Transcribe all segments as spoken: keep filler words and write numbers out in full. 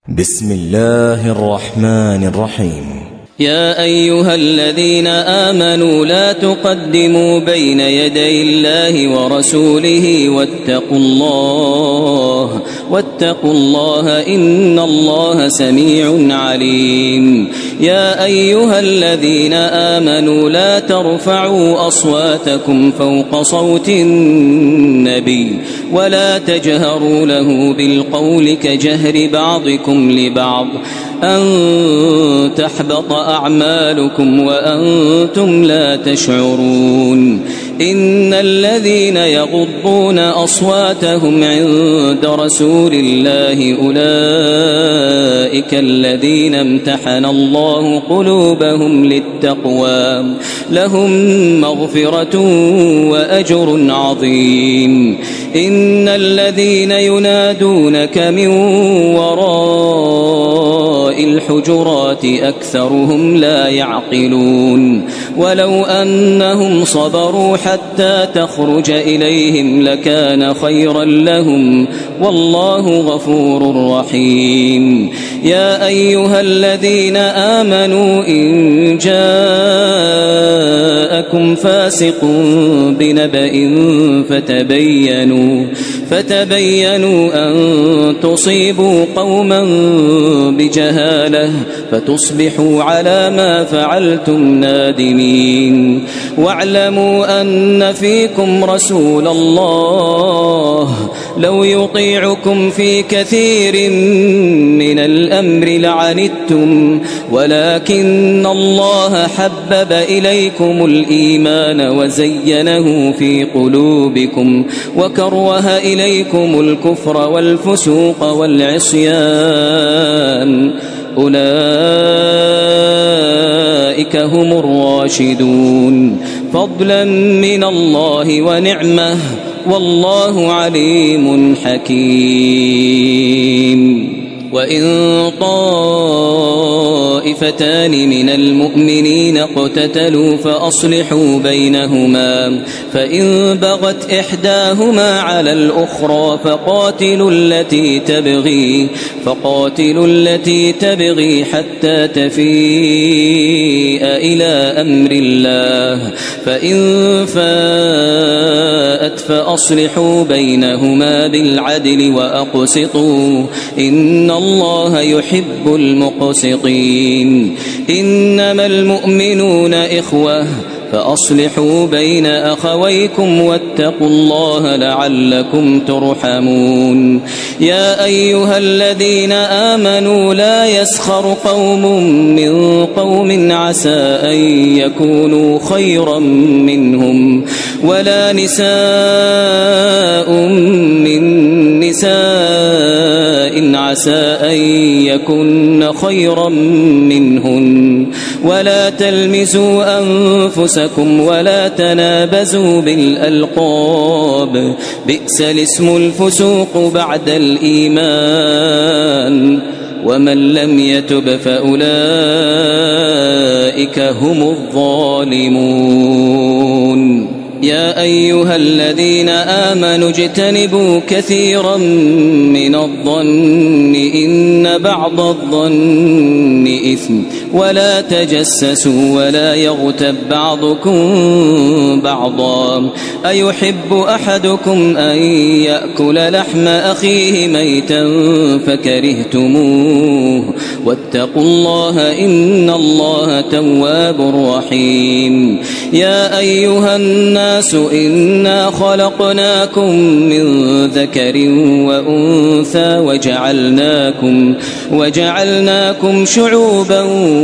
بسم الله الرحمن الرحيم. يا أيها الذين آمنوا لا تقدموا بين يدي الله ورسوله واتقوا الله واتقوا الله إن الله سميع عليم. يا أيها الذين آمنوا لا ترفعوا أصواتكم فوق صوت النبي ولا تجهروا له بالقول كجهر بعضكم لبعض أن تحبط أعمالكم وأنتم لا تشعرون. إن الذين يغضون أصواتهم عند رسول الله أولئك الذين امتحن الله قلوبهم للتقوى لهم مغفرة وأجر عظيم. إن الذين ينادونك من وراء الحجرات أكثرهم لا يعقلون. ولو أنهم صبروا حتى تخرج إليهم لكان خيرا لهم والله غفور رحيم. يا أيها الذين آمنوا إن جاءكم فاسق بنبأ فتبينوا فتبينوا أن تصيبوا قوما بجهالة فتصبحوا على ما فعلتم نادمين. واعلموا أن فيكم رسول الله لو يطيعكم في كثير من الأمر لعنتم ولكن الله حبب إليكم الإيمان وزينه في قلوبكم وكره إليكم الكفر والفسوق والعصيان أولئك هم الراشدون فضلا من الله ونعمة والله عليم حكيم. وإن طائفتان من المؤمنين اقتتلوا فأصلحوا بينهما فإن بغت إحداهما على الأخرى فقاتلوا التي تبغي فقاتلوا التي تبغي حتى تفيء إلى أمر الله فإن فاءت فأصلحوا بينهما بالعدل وأقسطوا إن الله يحب المقسطين. إنما المؤمنون إخوة فأصلحوا بين أخويكم واتقوا الله لعلكم ترحمون. يا أيها الذين آمنوا لا يسخر قوم من قوم عسى أن يكونوا خيرا منهم ولا نساء من نساء عسى أن يكن خيرا منهن ولا تلمزوا أنفسكم ولا تنابزوا بالألقاب بئس الاسم الفسوق بعد الإيمان ومن لم يتب فأولئك هم الظالمون. يا أيها الذين آمنوا اجتنبوا كثيرا من الظن إن بعض الظن إثم ولا تجسسوا ولا يغتب بعضكم بعضا أيحب أحدكم أن يأكل لحم أخيه ميتا فكرهتموه واتقوا الله إن الله تواب رحيم. يا أيها الناس إنا خلقناكم من ذكر وأنثى وجعلناكم وجعلناكم شعوبا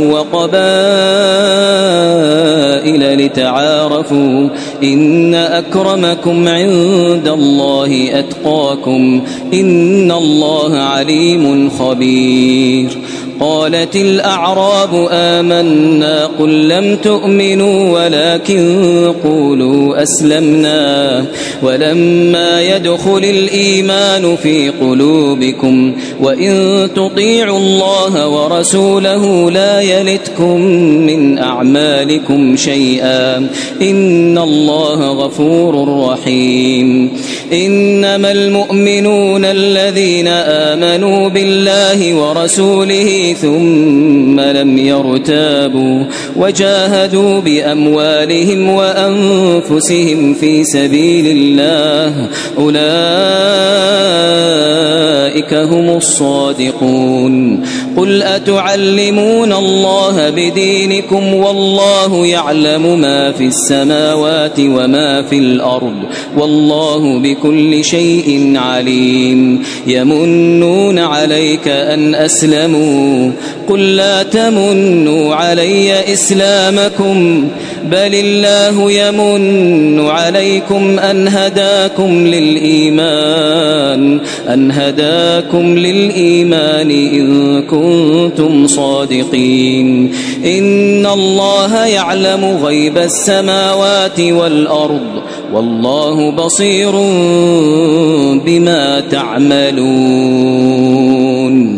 وقبائل لتعارفوا إن أكرمكم عند الله أتقاكم إن الله عليم خبير. قالت الأعراب آمنا قل لم تؤمنوا ولكن قولوا أسلمنا ولما يدخل الإيمان في قلوبكم وإن تطيعوا الله ورسوله لا يلتكم من أعمالكم شيئا إن الله غفور رحيم إنما المؤمنون الذين آمنوا بالله ورسوله ثم لم يرتابوا وجاهدوا بأموالهم وأنفسهم في سبيل الله أولئك هم الصادقون قل أتعلمون الله بدينكم والله يعلم ما في السماوات وما في الأرض والله بكل شيء عليم يمنون عليك أن أسلموا قل لا تمنوا علي إسلامكم بل الله يمن عليكم أن هداكم للإيمان أن هداكم للإيمان إن كنتم صادقين إن الله يعلم غيب السماوات والأرض والله بصير بما تعملون.